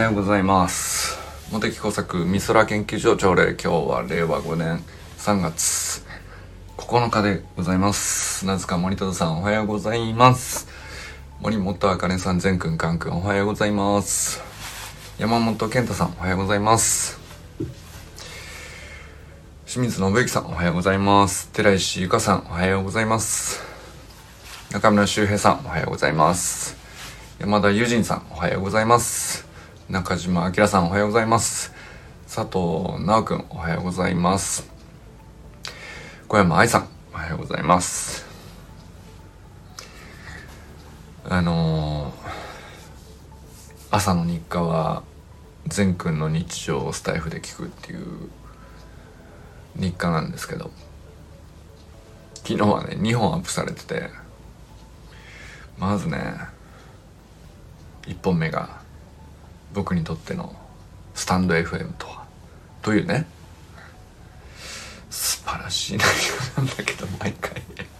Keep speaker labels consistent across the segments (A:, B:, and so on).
A: ようございます。茂木工作美空研究所朝礼、今日は令和5年3月9日でございます。なぜか森田さんおはようございます。森本あかねさん、全くんかんくんおはようございます。山本健太さんおはようございます。清水信之さんおはようございます。寺石ゆかさんおはようございます。中村修平さんおはようございます。山田友人さんおはようございます。中島明さんおはようございます。佐藤直くんおはようございます。小山愛さんおはようございます。朝の日課は善くんの日常をスタイフで聞くっていう日課なんですけど、昨日はね2本アップされてて、まずね1本目が僕にとってのスタンド FM とはというね、素晴らしい内容なんだけど、毎回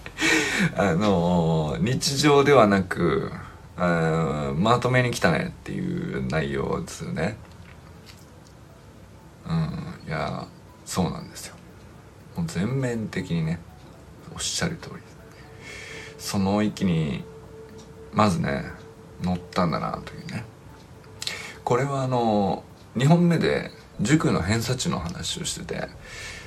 A: 日常ではなくまとめに来たねっていう内容ですよね。いやそうなんですよ。もう全面的にね、おっしゃる通りです。その域にまずね乗ったんだなというね。これは2本目で塾の偏差値の話をしてて、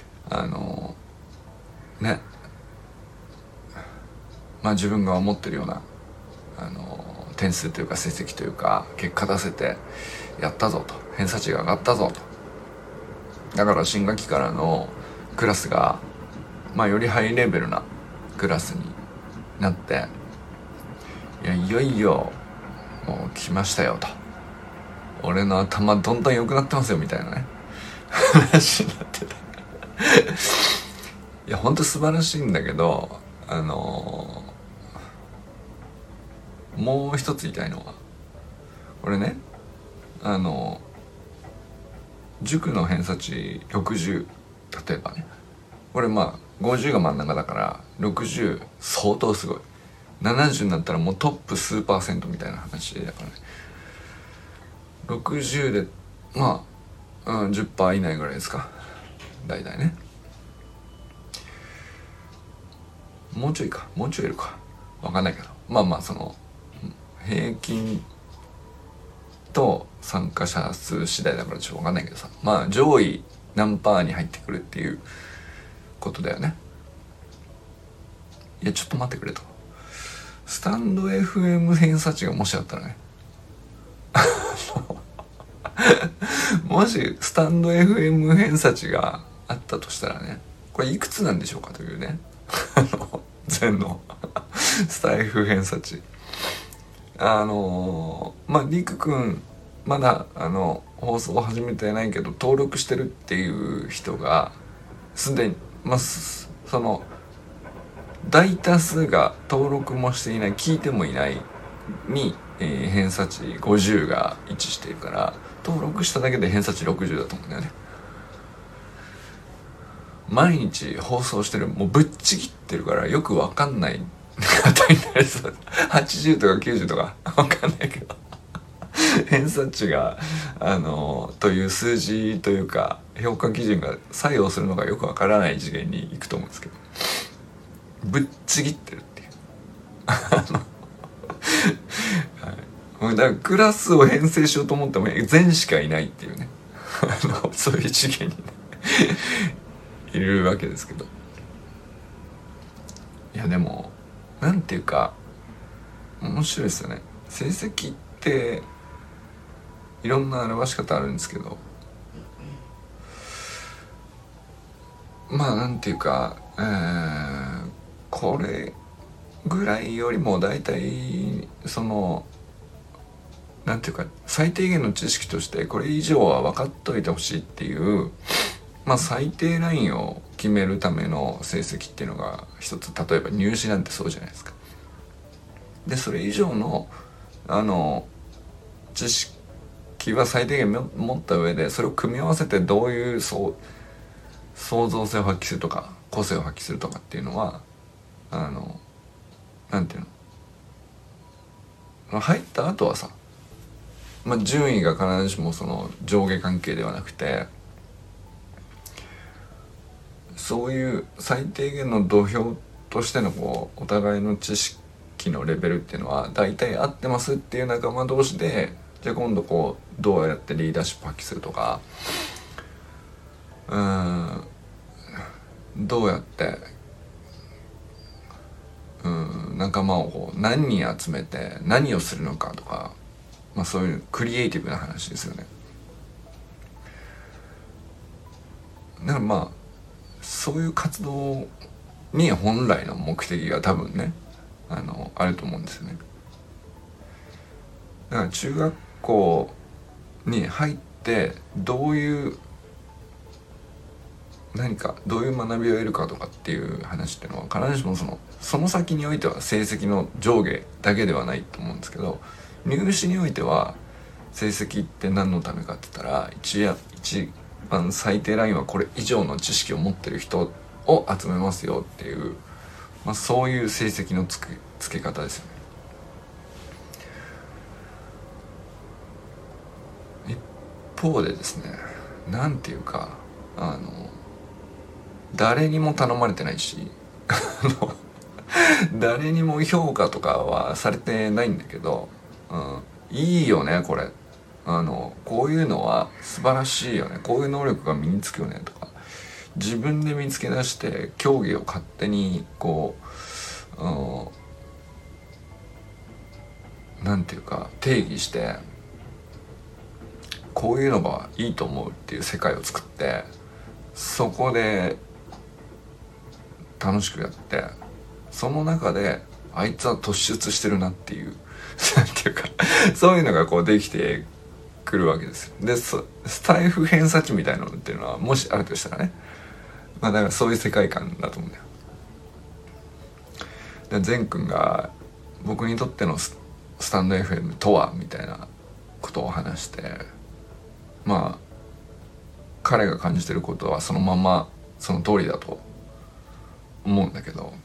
A: 自分が思ってるような点数というか成績というか結果出せてやったぞと、偏差値が上がったぞと。だから新学期からのクラスがよりハイレベルなクラスになって、いよいよもう来ましたよと、俺の頭どんどん良くなってますよみたいなね話になってたいやほんと素晴らしいんだけど、もう一つ言いたいのは、これね塾の偏差値60、例えばね、これ50が真ん中だから60相当すごい、70になったらもうトップ数%みたいな話だからね、60で10% 以内ぐらいですか、大体ね。もうちょいいるか分かんないけど、その平均と参加者数次第だからちょっと分かんないけどさ、上位何パーに入ってくるっていうことだよね。いやちょっと待ってくれと、スタンド FM 偏差値がもしあったらねもしスタンド FM 偏差値があったとしたらね、これいくつなんでしょうかというね全のスタイフ偏差値、りくくんまだ放送を始めてないけど登録してるっていう人がすでにその大多数が登録もしていない、聞いてもいないに、偏差値50が位置しているから、登録しただけで偏差値60だと思うんだよね。毎日放送してる、もうぶっちぎってるからよくわかんない方になりそう。80とか90とかわかんないけど偏差値がという数字というか評価基準が作用するのがよくわからない次元に行くと思うんですけど、ぶっちぎってるっていうはい、だからクラスを編成しようと思っても全しかいないっていうねそういう次元にねいるわけですけど、いやでもなんていうか面白いですよね。成績っていろんな表し方あるんですけど、なんていうか、これぐらいよりもだいたいそのなんていうか最低限の知識としてこれ以上は分かっといてほしいっていう最低ラインを決めるための成績っていうのが一つ、例えば入試なんてそうじゃないですか。でそれ以上の知識は最低限持った上で、それを組み合わせてどういう創造性を発揮するとか個性を発揮するとかっていうのはなんていうの、入った後はさ順位が必ずしもその上下関係ではなくて、そういう最低限の土俵としてのこうお互いの知識のレベルっていうのは大体合ってますっていう仲間同士で、じゃあ今度こうどうやってリーダーシップ発揮するとか、どうやって仲間をこう何人集めて何をするのかとか、そういうクリエイティブな話ですよね。だからそういう活動に本来の目的が多分ねあると思うんですよね。だから中学校に入ってどういう学びを得るかとかっていう話っていうのは必ずしもその先においては成績の上下だけではないと思うんですけど、入試においては成績って何のためかって言ったら一番最低ラインはこれ以上の知識を持ってる人を集めますよっていう、そういう成績のつけ方ですよね。一方でですね、なんていうか誰にも頼まれてないし誰にも評価とかはされてないんだけど、いいよねこれ、こういうのは素晴らしいよね、こういう能力が身につくよねとか、自分で見つけ出して競技を勝手にこう、なんていうか定義して、こういうのがいいと思うっていう世界を作って、そこで楽しくやって、その中であいつは突出してるなっていうなんていうかそういうのがこうできてくるわけですよ。でスタイフ偏差値みたいなのっていうのはもしあるとしたらね、だからそういう世界観だと思うんだよ。で善くんが僕にとってのスタンド FM とはみたいなことを話して、彼が感じてることはそのままその通りだと思うんだけど、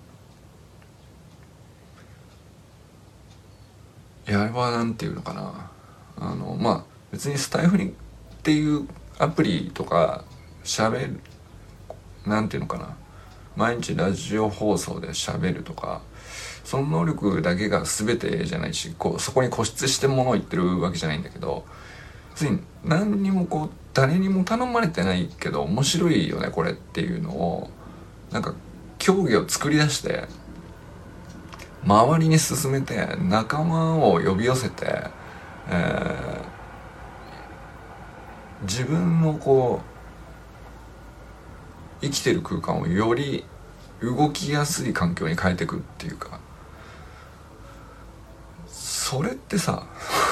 A: あれはなんていうのかな、別にスタイフにっていうアプリとか喋る、なんていうのかな、毎日ラジオ放送で喋るとか、その能力だけが全てじゃないし、そこに固執してものを言ってるわけじゃないんだけど、別に何にも誰にも頼まれてないけど面白いよねこれっていうのを競技を作り出して周りに進めて仲間を呼び寄せて、自分の生きてる空間をより動きやすい環境に変えていくっていうか、それってさ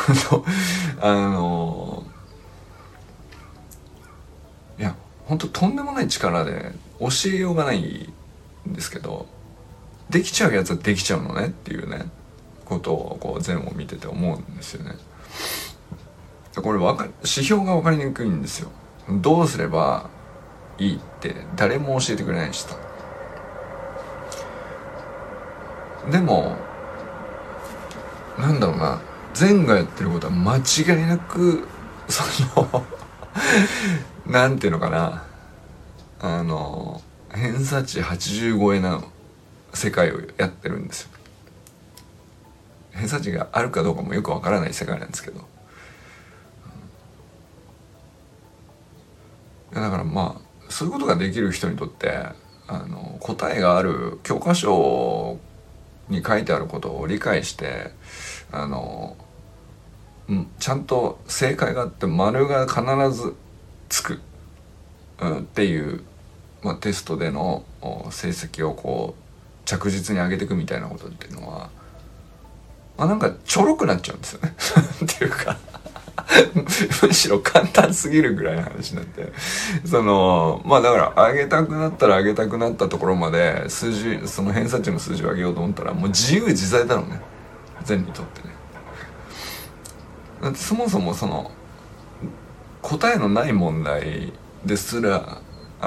A: いや本当とんでもない力で教えようがないんですけど、できちゃうやつはできちゃうのねっていうねことを善を見てて思うんですよね。これ指標が分かりにくいんですよ。どうすればいいって誰も教えてくれないしさ。でもなんだろうな、善がやってることは間違いなくなんていうのかな、偏差値80超えな世界をやってるんですよ。偏差値があるかどうかもよくわからない世界なんですけど、だからそういうことができる人にとって答えがある教科書に書いてあることを理解してちゃんと正解があって丸が必ずつく、っていう、テストでの成績を着実に上げていくみたいなことっていうのはちょろくなっちゃうんですよねっていうかむしろ簡単すぎるぐらいの話になって、だから上げたくなったら上げたくなったところまでその偏差値の数字を上げようと思ったらもう自由自在だろうね、善にとってね。だってそもそも答えのない問題ですら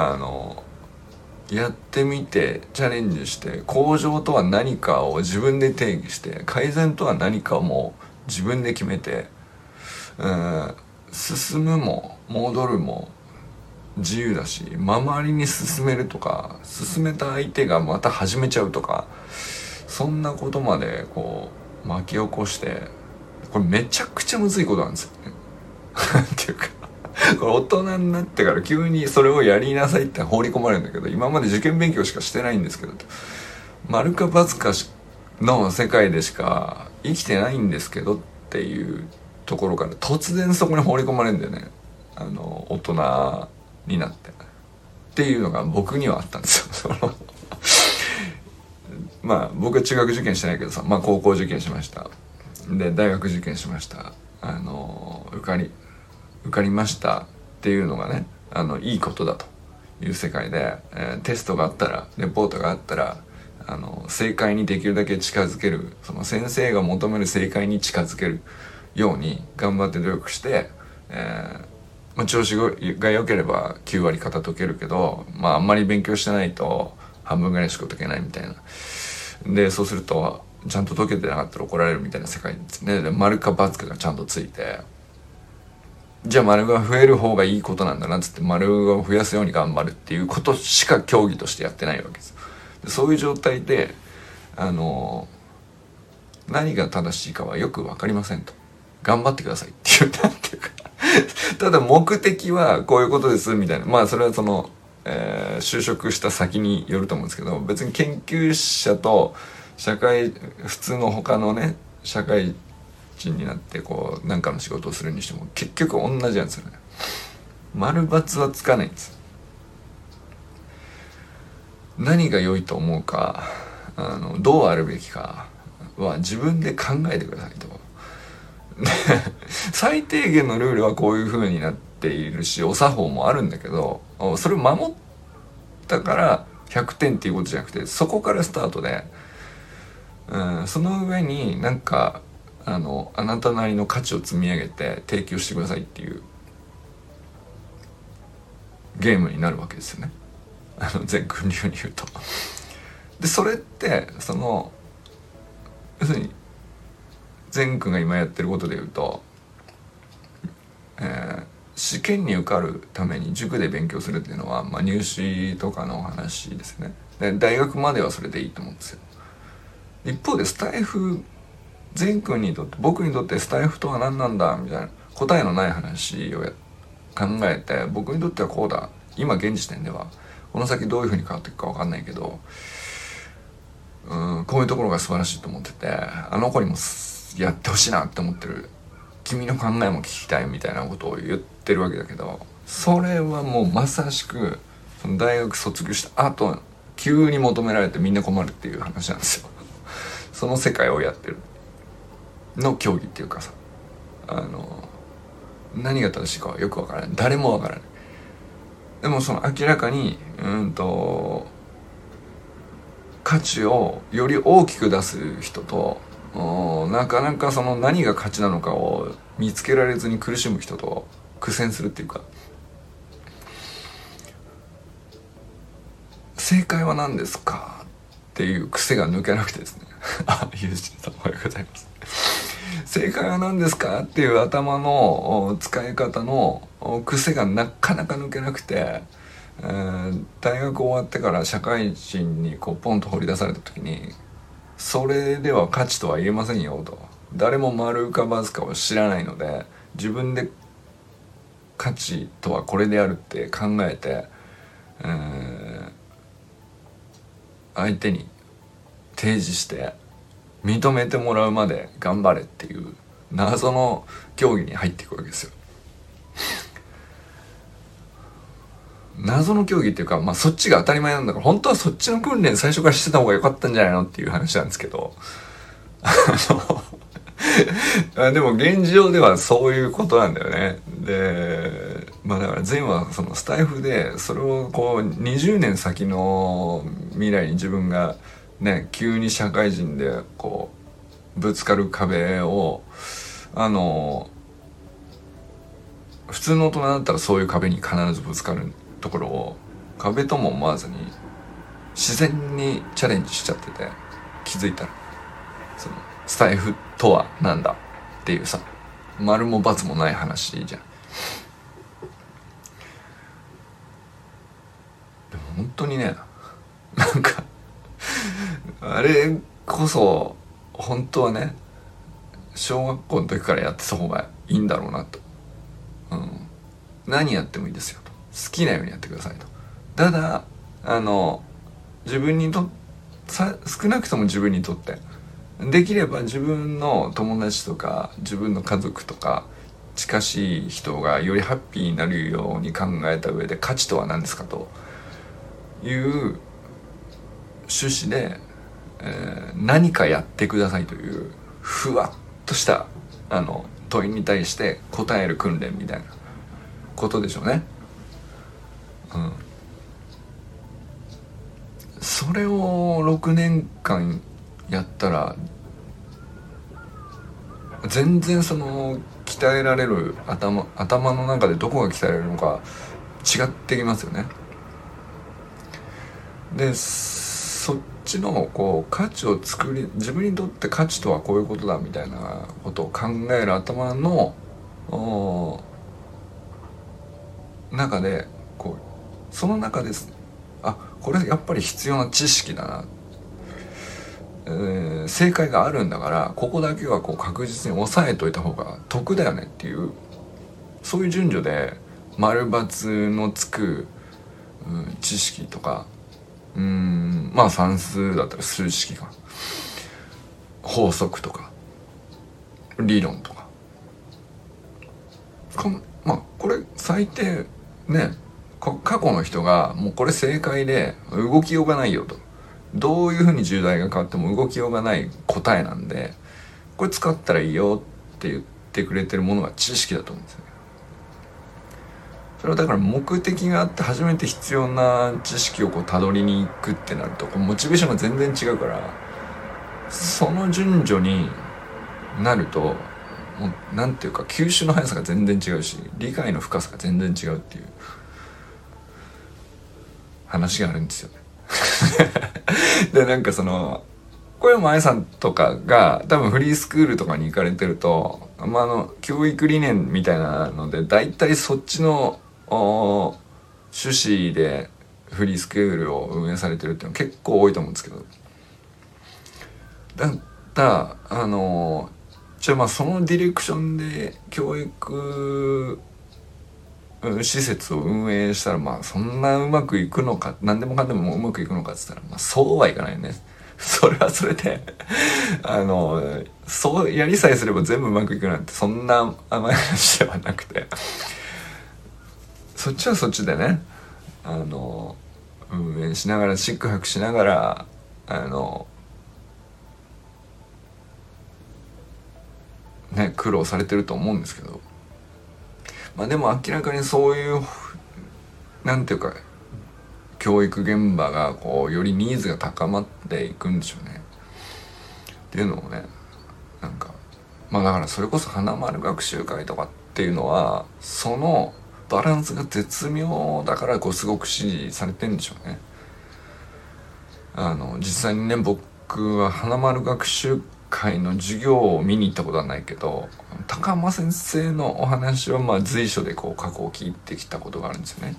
A: やってみてチャレンジして向上とは何かを自分で定義して改善とは何かをもう自分で決めて進むも戻るも自由だし、周りに進めるとか、進めた相手がまた始めちゃうとか、そんなことまでこう巻き起こして、これめちゃくちゃむずいことなんですよね。っていうか、これ大人になってから急にそれをやりなさいって放り込まれるんだけど、今まで受験勉強しかしてないんですけど、丸か×かの世界でしか生きてないんですけどっていうところから突然そこに放り込まれるんだよね。大人になってっていうのが僕にはあったんですよ。まあ僕は中学受験してないけどさ、まあ高校受験しました。で大学受験しました。受かりましたっていうのがね、いいことだという世界で、テストがあったら、レポートがあったら、正解にできるだけ近づける、その先生が求める正解に近づけるように頑張って努力して、まあ、調子が良ければ9割片解けるけど、まああんまり勉強してないと半分ぐらいしか解けないみたいな。でそうするとちゃんと解けてなかったら怒られるみたいな世界ですね。で丸か×かがちゃんとついて、じゃあ丸が増える方がいいことなんだなっつって丸を増やすように頑張るっていうことしか競技としてやってないわけです。でそういう状態で何が正しいかはよく分かりませんと。頑張ってくださいっていう、なんていうかただ目的はこういうことですみたいな。まあそれはその、就職した先によると思うんですけど、別に研究者と普通の他のね社会人になってこう何かの仕事をするにしても結局同じなんですよね。丸×はつかないんです。何が良いと思うか、どうあるべきかは自分で考えてくださいと。最低限のルールはこういう風になっているし、お作法もあるんだけど、それを守ったから100点っていうことじゃなくて、そこからスタートで、その上になんかあなたなりの価値を積み上げて提供してくださいっていうゲームになるわけですよね。全君流に言うと。でそれってその要するに善くんが今やってることで言うと、試験に受かるために塾で勉強するっていうのは、まあ、入試とかの話ですね。で大学まではそれでいいと思うんですよ。一方でスタイフ、善くんにとって僕にとってスタイフとは何なんだみたいな答えのない話を考えて、僕にとってはこうだ、今現時点ではこの先どういう風に変わっていくか分かんないけど、こういうところが素晴らしいと思ってて、あの子にもやってほしいなって思ってる、君の考えも聞きたいみたいなことを言ってるわけだけど、それはもうまさしくその大学卒業した後急に求められてみんな困るっていう話なんですよ。その世界をやってるの競技っていうかさ、何が正しいかはよくわからない、誰もわからない。でもその明らかに価値をより大きく出す人と、なかなかその何が価値なのかを見つけられずに苦しむ人と苦戦するっていうか、正解は何ですかっていう癖が抜けなくてですね。あ、ゆうじさんおはようございます。正解は何ですかっていう頭の使い方の癖がなかなか抜けなくて、大学終わってから社会人にこうポンと掘り出された時に、それでは価値とは言えませんよと。誰も丸か×かを知らないので、自分で価値とはこれであるって考えて、相手に提示して認めてもらうまで頑張れっていう謎の競技に入っていくわけですよ。謎の競技っていうか、まあそっちが当たり前なんだから、本当はそっちの訓練最初からしてた方が良かったんじゃないのっていう話なんですけど、でも現状ではそういうことなんだよね。で、まあだから前はそのスタイフでそれをこう20年先の未来に自分がね、急に社会人でこうぶつかる壁を、普通の大人だったらそういう壁に必ずぶつかるところを壁とも思わずに自然にチャレンジしちゃってて、気づいたらそのスタイフとはなんだっていうさ、 丸も×もない話じゃん。でも本当にね、なんかあれこそ本当はね、小学校の時からやってた方がいいんだろうなと、何やってもいいですよと、好きなようにやってくださいと。ただ自分に少なくとも自分にとってできれば自分の友達とか自分の家族とか近しい人がよりハッピーになるように考えた上で、価値とは何ですかという趣旨で、何かやってくださいというふわっとした問いに対して答える訓練みたいなことでしょうね。それを6年間やったら全然その鍛えられる頭の中でどこが鍛えられるのか違ってきますよね。でそっちのこう価値を自分にとって価値とはこういうことだみたいなことを考える頭の中でこうその中です、これやっぱり必要な知識だな、正解があるんだからここだけはこう確実に押さえといた方が得だよねっていう、そういう順序で丸×のつく、知識とか、まあ算数だったら数式か、法則とか理論とかまあこれ最低ね、過去の人がもうこれ正解で動きようがないよと、どういうふうに時代が変わっても動きようがない答えなんで、これ使ったらいいよって言ってくれてるものが知識だと思うんですよね。それはだから目的があって初めて必要な知識をこうたどりに行くってなると、こうモチベーションが全然違うから、その順序になるともうなんていうか吸収の速さが全然違うし、理解の深さが全然違うっていう話があるんですよねでなんかその小山愛さんとかが多分フリースクールとかに行かれてると、教育理念みたいなので大体そっちの趣旨でフリースクールを運営されてるっていうの結構多いと思うんですけど、まあそのディレクションで教育施設を運営したら、まあそんなうまくいくのか、何でもかんでもうまくいくのかって言ったら、まあそうはいかないよね。それはそれでそうやりさえすれば全部うまくいくなんてそんな甘い話ではなくて、そっちはそっちでね、運営しながらシックハクしながら苦労されてると思うんですけど、まあでも明らかにそういうなんていうか教育現場がこうよりニーズが高まっていくんでしょうねっていうのをね、なんかまあだからそれこそ花丸学習会とかっていうのはそのバランスが絶妙だからこうすごく支持されてるんでしょうね。実際にね、僕は花丸学習会の授業を見に行ったことはないけど、高浜先生のお話はまあ随所でこう過去を聞いてきたことがあるんですよね。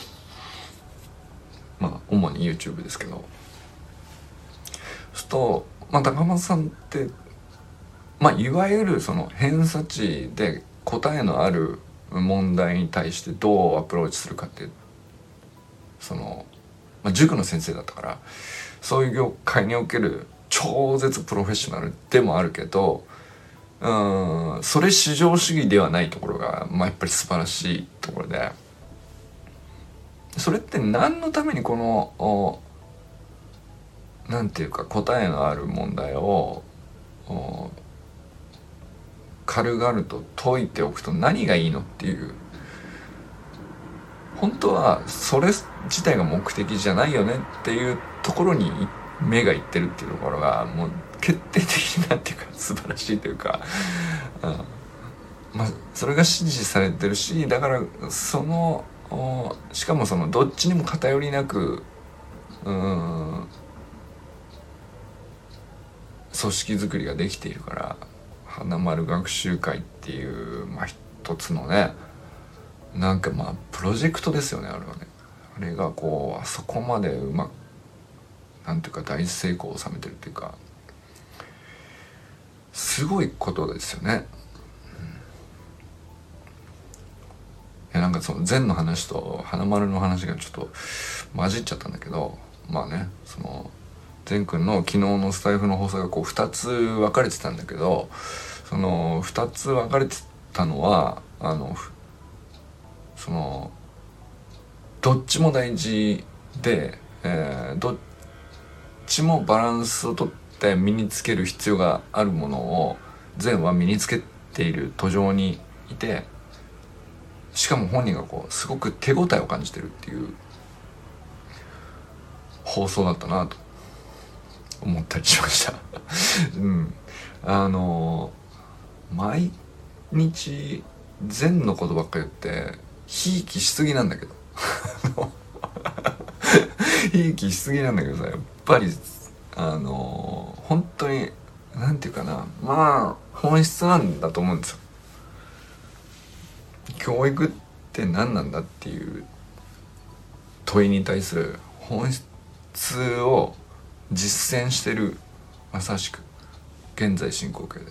A: まあ主に YouTube ですけど、そうするとまあ高浜さんってまあいわゆるその偏差値で答えのある問題に対してどうアプローチするかって、その、まあ、塾の先生だったからそういう業界における超絶プロフェッショナルでもあるけど、それ至上主義ではないところが、まあ、やっぱり素晴らしいところで、それって何のためにこのなんていうか答えのある問題を軽々と解いておくと何がいいのっていう、本当はそれ自体が目的じゃないよねっていうところに目がいってるっていうところがもう決定的になんていうか素晴らしいというか、まあそれが支持されてるし、だからそのしかもそのどっちにも偏りなく組織づくりができているから、 花丸学習会っていう、一つのね、なんかプロジェクトですよね、あれはね。あれがこうあそこまでうまくなんていうか大成功を収めてるっていうか、すごいことですよね。いやなんかその禅の話と花丸の話がちょっと混じっちゃったんだけど、その禅くんの昨日のスタイフの放送がこう2つ分かれてたんだけど、その2つ分かれてたのはそのどっちも大事で、どっちもバランスをとって身につける必要があるものを禅は身につけている途上にいて、しかも本人がこうすごく手応えを感じてるっていう放送だったなと思ったりしました毎日禅のことばっかり言ってひいきしすぎなんだけどひいきしすぎなんだけどさ、やっぱり本当になんていうかな、本質なんだと思うんですよ。教育って何なんだっていう問いに対する本質を実践してる、まさしく現在進行形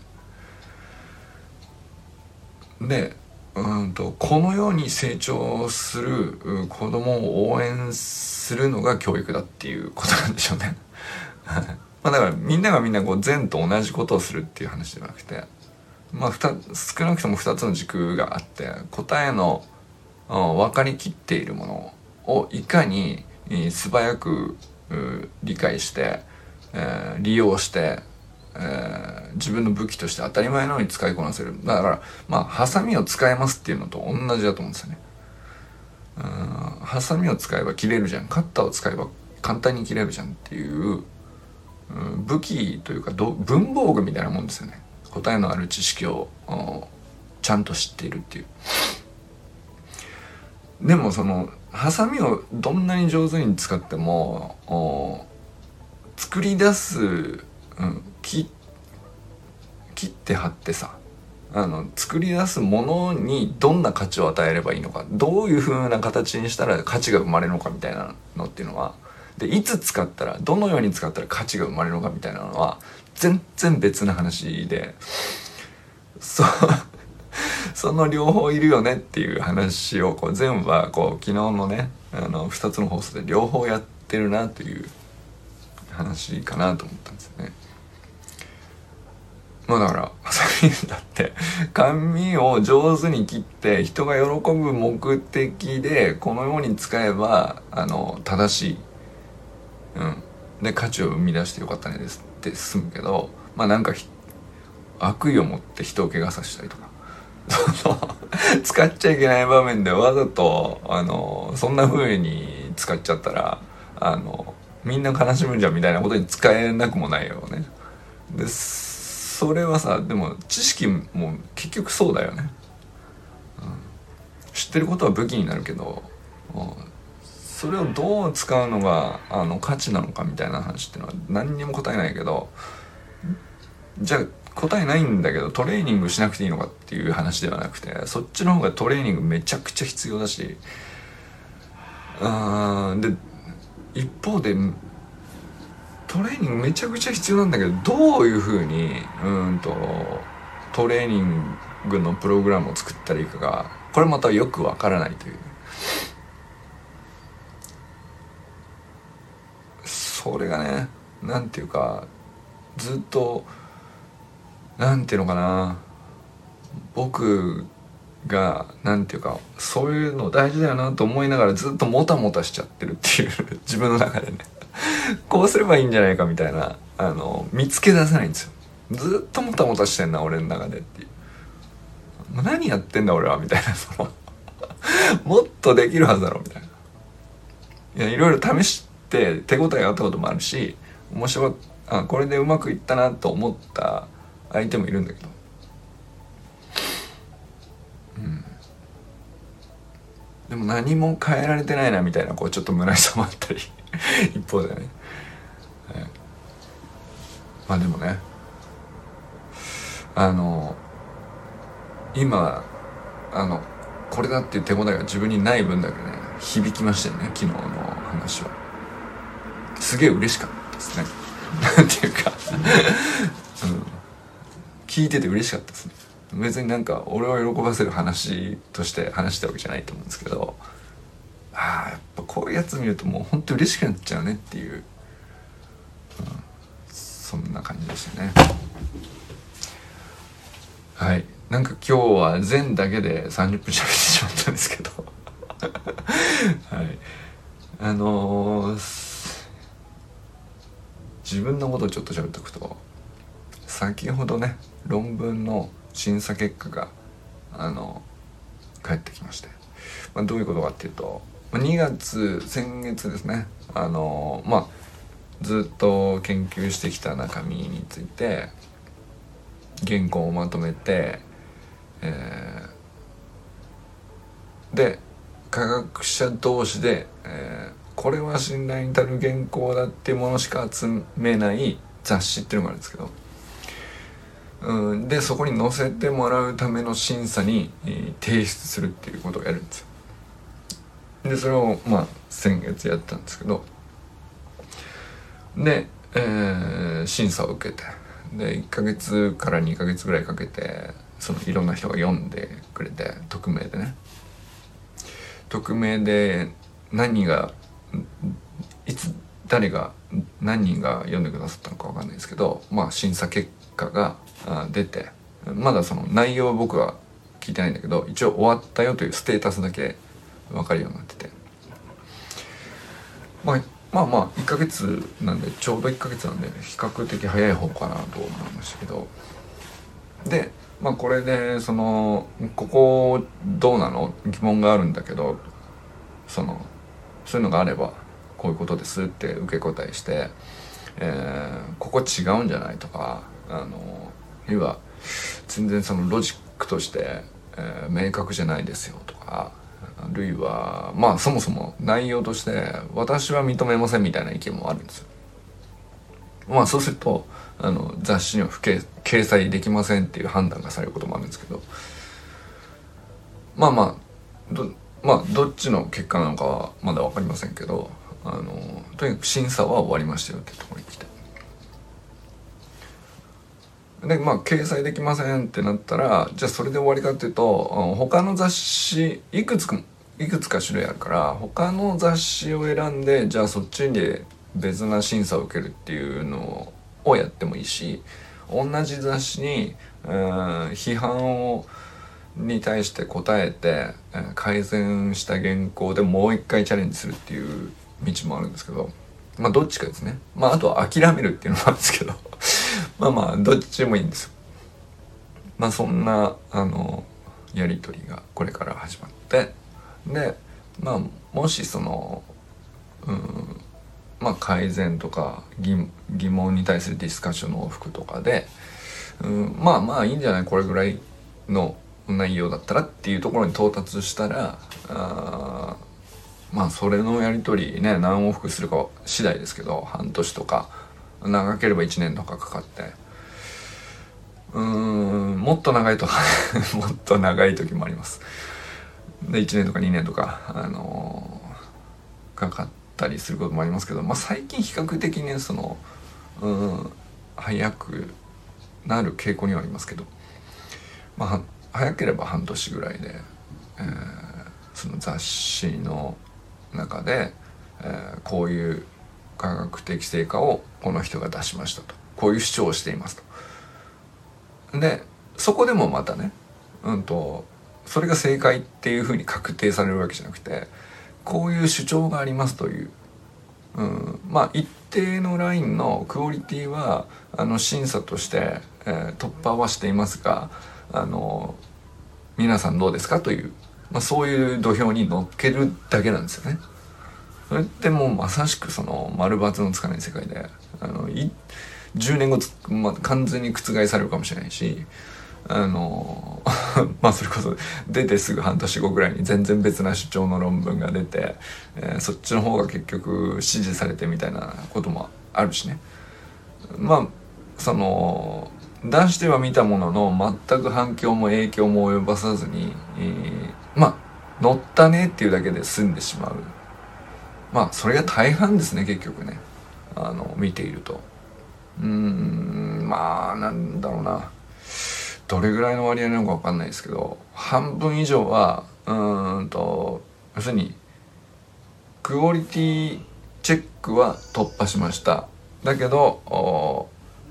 A: でこのように成長する子供を応援するのが教育だっていうことなんでしょうねだからみんながみんなこう禅と同じことをするっていう話じゃなくて、少なくとも2つの軸があって、答えの分かりきっているものをいかに素早く理解して、利用して、自分の武器として当たり前のように使いこなせる。だからハサミを使えますっていうのと同じだと思うんですよね。ハサミを使えば切れるじゃん、カッターを使えば簡単に切れるじゃんっていう武器というか文房具みたいなもんですよね。答えのある知識をちゃんと知っているっていう。でもそのハサミをどんなに上手に使っても作り出す、切って貼ってさ、作り出すものにどんな価値を与えればいいのか、どういう風な形にしたら価値が生まれるのかみたいなのっていうのは、でいつ使ったらどのように使ったら価値が生まれるのかみたいなのは全然別な話で、その両方いるよねっていう話をこう全部はこう昨日のね2つの放送で両方やってるなという話かなと思ったんですよね。だからハサミだって紙を上手に切って人が喜ぶ目的でこのように使えば正しい、で価値を生み出してよかったねですって済むけど、なんか悪意を持って人を怪我させたりとか使っちゃいけない場面でわざとそんな風に使っちゃったらみんな悲しむんじゃんみたいなことに使えなくもないよね。でそれはさ、でも知識も結局そうだよね、知ってることは武器になるけど、それをどう使うのが価値なのかみたいな話っていうのは何にも答えないけど、じゃあ答えないんだけどトレーニングしなくていいのかっていう話ではなくて、そっちの方がトレーニングめちゃくちゃ必要だし、で一方でトレーニングめちゃくちゃ必要なんだけど、どういう風にトレーニングのプログラムを作ったらいいかがこれまたよくわからないという、それがね、なんていうかずっとなんていうのかな、僕がなんていうかそういうの大事だよなと思いながらずっともたもたしちゃってるっていう自分の中でねこうすればいいんじゃないかみたいな見つけ出せないんですよ。ずっともたもたしてんな俺の中でっていう、何やってんだ俺はみたいな、そのもっとできるはずだろみたいな。いろいろ試して手応えがあったこともあるし、面白これでうまくいったなと思った相手もいるんだけど、でも何も変えられてないなみたいなこうちょっと虚しさもあったり一方でね、でもね今これだっていう手応えが自分にない分だけね響きましたよね。昨日の話はすげえ嬉しかったですねなんていうか聞いてて嬉しかったですね。別になんか俺を喜ばせる話として話したわけじゃないと思うんですけど、やっぱこういうやつ見るともうほんと嬉しくなっちゃうねっていう、そんな感じでしたね。はい、なんか今日は禅だけで30分喋ってしまったんですけどはい自分のことをちょっと喋っておくと、先ほどね論文の審査結果が返ってきまして、どういうことかっていうと、先月ですね、ずっと研究してきた中身について原稿をまとめて、で科学者同士で、これは信頼に足る原稿だっていうものしか集めない雑誌っていうのがあるんですけど、でそこに載せてもらうための審査に、提出するっていうことをやるんですよ。でそれを先月やったんですけど、で、審査を受けて、で1ヶ月から2ヶ月ぐらいかけていろんな人が読んでくれて、匿名で何がいつ誰が何人が読んでくださったのか分かんないですけど、審査結果が出て、まだその内容は僕は聞いてないんだけど、一応終わったよというステータスだけ分かるようになってて、1ヶ月なんで、ちょうど1ヶ月なんで比較的早い方かなと思いましたけど、でこれでここどうなの疑問があるんだけど、そういうのがあればこういうことですって受け答えして、ここ違うんじゃないとか、要は全然ロジックとして、明確じゃないですよとか、あるいはそもそも内容として私は認めませんみたいな意見もあるんですよ。そうすると雑誌には掲載できませんっていう判断がされることもあるんですけど、どっちの結果なのかはまだ分かりませんけど、とにかく審査は終わりましたよっていうところに来て、で掲載できませんってなったら、じゃあそれで終わりかっていうと、他の雑誌いくつか種類あるから、他の雑誌を選んで、じゃあそっちで別な審査を受けるっていうのをやってもいいし、同じ雑誌に批判に対して答えて改善した原稿でもう一回チャレンジするっていう道もあるんですけど、どっちかですね。あとは諦めるっていうのもあるんですけどどっちもいいんですよ。そんなやり取りがこれから始まって、でもし改善とか疑問に対するディスカッションの往復とかで、いいんじゃないこれぐらいの内容だったらっていうところに到達したら、それのやり取りね、何往復するか次第ですけど、半年とか長ければ1年とかかかって、もっと長いともっと長い時もあります。で1年とか2年とかかかったりすることもありますけど、最近比較的ね早くなる傾向にはありますけど、早ければ半年ぐらいで、その雑誌の中で、こういう科学的成果をこの人が出しましたと、こういう主張をしていますと。でそこでもまたね、それが正解っていうふうに確定されるわけじゃなくて、こういう主張がありますという、一定のラインのクオリティは審査として、突破はしていますが、皆さんどうですかという、そういう土俵に乗っけるだけなんですよね。それってもうまさしく丸抜のつかない世界で、10年後完全に覆されるかもしれないし、それこそ出てすぐ半年後ぐらいに全然別な主張の論文が出て、そっちの方が結局支持されてみたいなこともあるしね。 出しては見たものの全く反響も影響も及ばさずに、まあ乗ったねっていうだけで済んでしまう。まあそれが大半ですね、結局ね、見ていると。まあなんだろうな、どれぐらいの割合なのか分かんないですけど、半分以上は要するにクオリティチェックは突破しました。だけど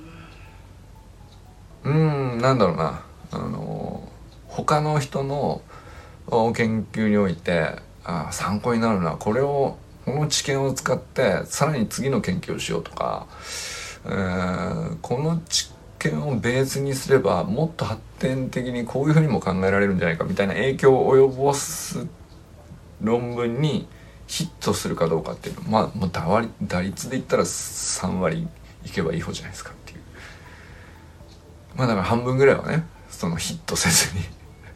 A: なんだろうな、他の人の研究において参考になるな、この知見を使ってさらに次の研究をしようとか、この知見をベースにすればもっと発展的にこういうふうにも考えられるんじゃないかみたいな影響を及ぼす論文にヒットするかどうかっていうのは、もう打率で言ったら3割いけばいい方じゃないですかっていう。だから半分ぐらいはね、そのヒットせずに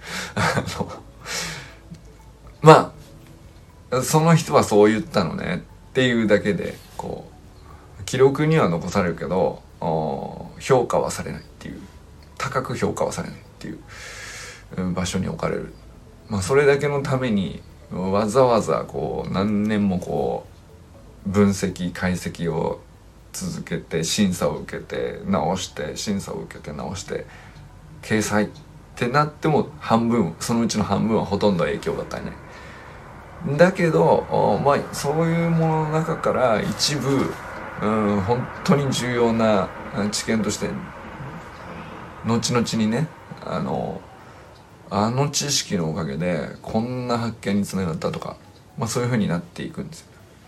A: その人はそう言ったのねっていうだけで、こう記録には残されるけど評価はされないっていう、高く評価はされないっていう場所に置かれる。それだけのためにわざわざこう何年もこう分析解析を続けて審査を受けて直して審査を受けて直して掲載ってなってもそのうちの半分はほとんど影響が与えない。だけどそういうものの中から一部本当に重要な知見として後々にね、あの知識のおかげでこんな発見につながったとか、そういう風になっていくんですよ。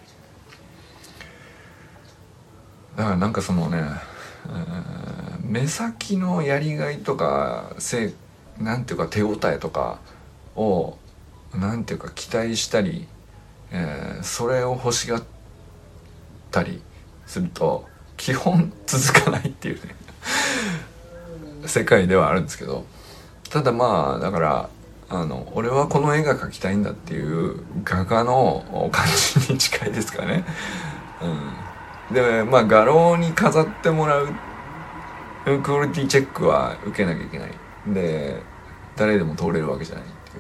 A: だからなんかそのね、目先のやりがいとかなんていうか手応えとかをなんていうか期待したり、それを欲しがったりすると基本続かないっていうね世界ではあるんですけど、ただだから俺はこの絵が描きたいんだっていう画家の感じに近いですかね。で画廊に飾ってもらうクオリティチェックは受けなきゃいけないで、誰でも通れるわけじゃないって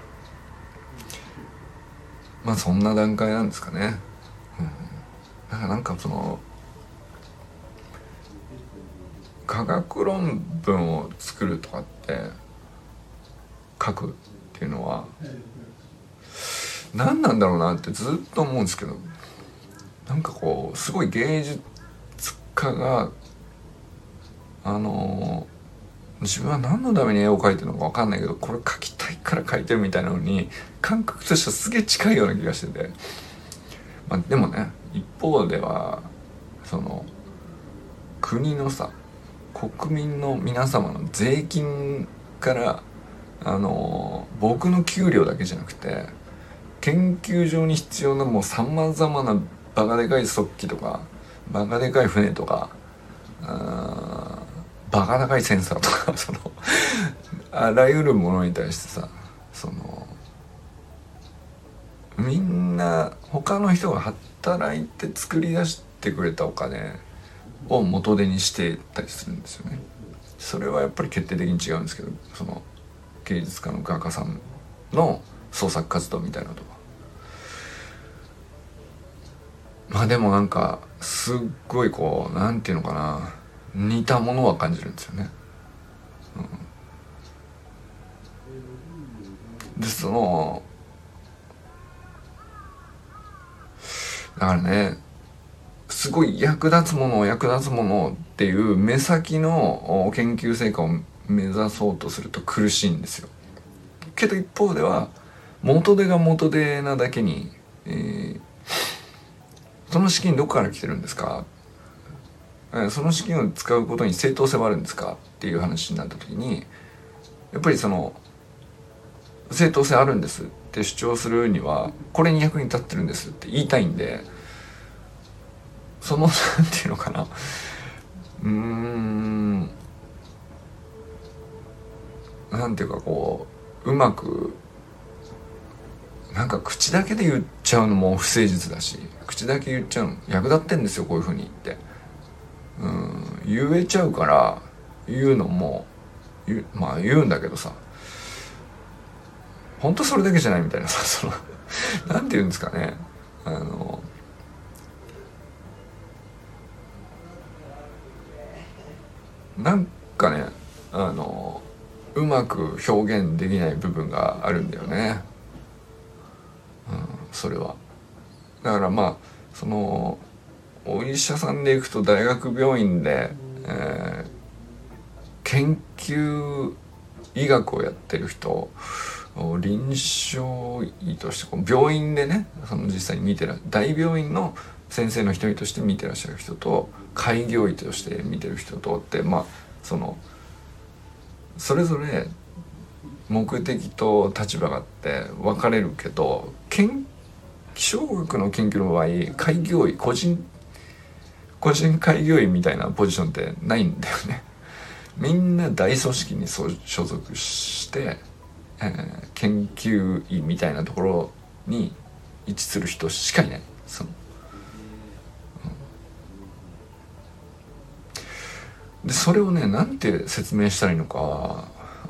A: いう、そんな段階なんですかね。だからなんかその科学論文を作るとかって書くっていうのは何なんだろうなってずっと思うんですけど、なんかこうすごい芸術家が自分は何のために絵を描いてるのか分かんないけど、これ描きたいから描いてるみたいなのに感覚としてはすげえ近いような気がしてて、でもね、一方ではその国の国民の皆様の税金から僕の給料だけじゃなくて研究所に必要なもうさまざまなバカでかい速記とかバカでかい船とかバカ高いセンサーとかあらゆるものに対してみんな他の人が働いて作り出してくれたお金を元手にしてたりするんですよね。それはやっぱり決定的に違うんですけど、その芸術家の画家さんの創作活動みたいなとか、でもなんかすっごいこうなんていうのかな、似たものは感じるんですよね。でだからね、すごい役立つものっていう目先の研究成果を目指そうとすると苦しいんですよ。けど一方では元手が元手なだけに、その資金どこから来てるんですか、その資金を使うことに正当性はあるんですかっていう話になった時に、やっぱりその正当性あるんですって主張するにはこれに役に立ってるんですって言いたいんで、なんていうのかな、なんていうかこううまくなんか口だけで言っちゃうのも不誠実だし、口だけ言っちゃうの役立ってんですよこういう風に言って、言えちゃうからいうのもまあ言うんだけどさ、本当それだけじゃないみたいなさ、そのなんて言うんですかね、なんかね、うまく表現できない部分があるんだよね、それは。だからまあそのお医者さんで行くと大学病院で、研究医学をやってる人、臨床医として病院でね、その実際に見て大病院の先生の一人として見てらっしゃる人と、開業医として見てる人とって、まあそのそれぞれ目的と立場があって分かれるけど、気象学の研究の場合、開業医個人開業医みたいなポジションってないんだよね。みんな大組織に所属して、研究医みたいなところに位置する人しかいない。でそれをね、なんて説明したらいいのか、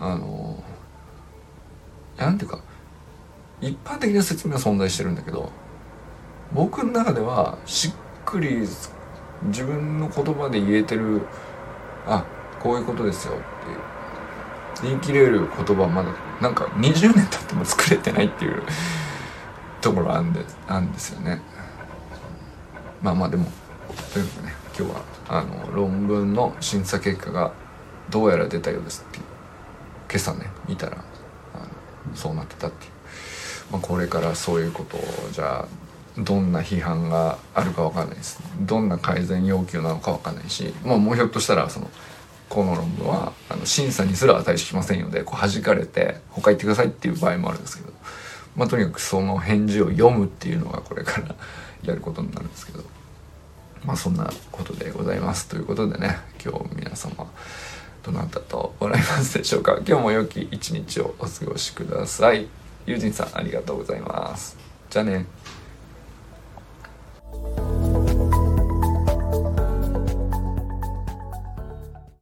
A: なんていうか、一般的な説明は存在してるんだけど、僕の中ではしっくり自分の言葉で言えてる、あ、こういうことですよっていう言い切れる言葉はまだなんか20年経っても作れてないっていうところあんですよね。まあでもとにかくね、今日は論文の審査結果がどうやら出たようですっていう、今朝ね見たらそうなってたっていう、これからそういうことを、じゃあどんな批判があるか分かんないです。どんな改善要求なのか分かんないし、もうひょっとしたらこの論文は審査にすら値しませんよで弾かれて他行ってくださいっていう場合もあるんですけど、とにかくその返事を読むっていうのがこれからやることになるんですけど、そんなことでございます。ということでね、今日皆様どなたと笑いますでしょうか。今日も良き一日をお過ごしください。ゆうじんさんありがとうございます。じゃあね。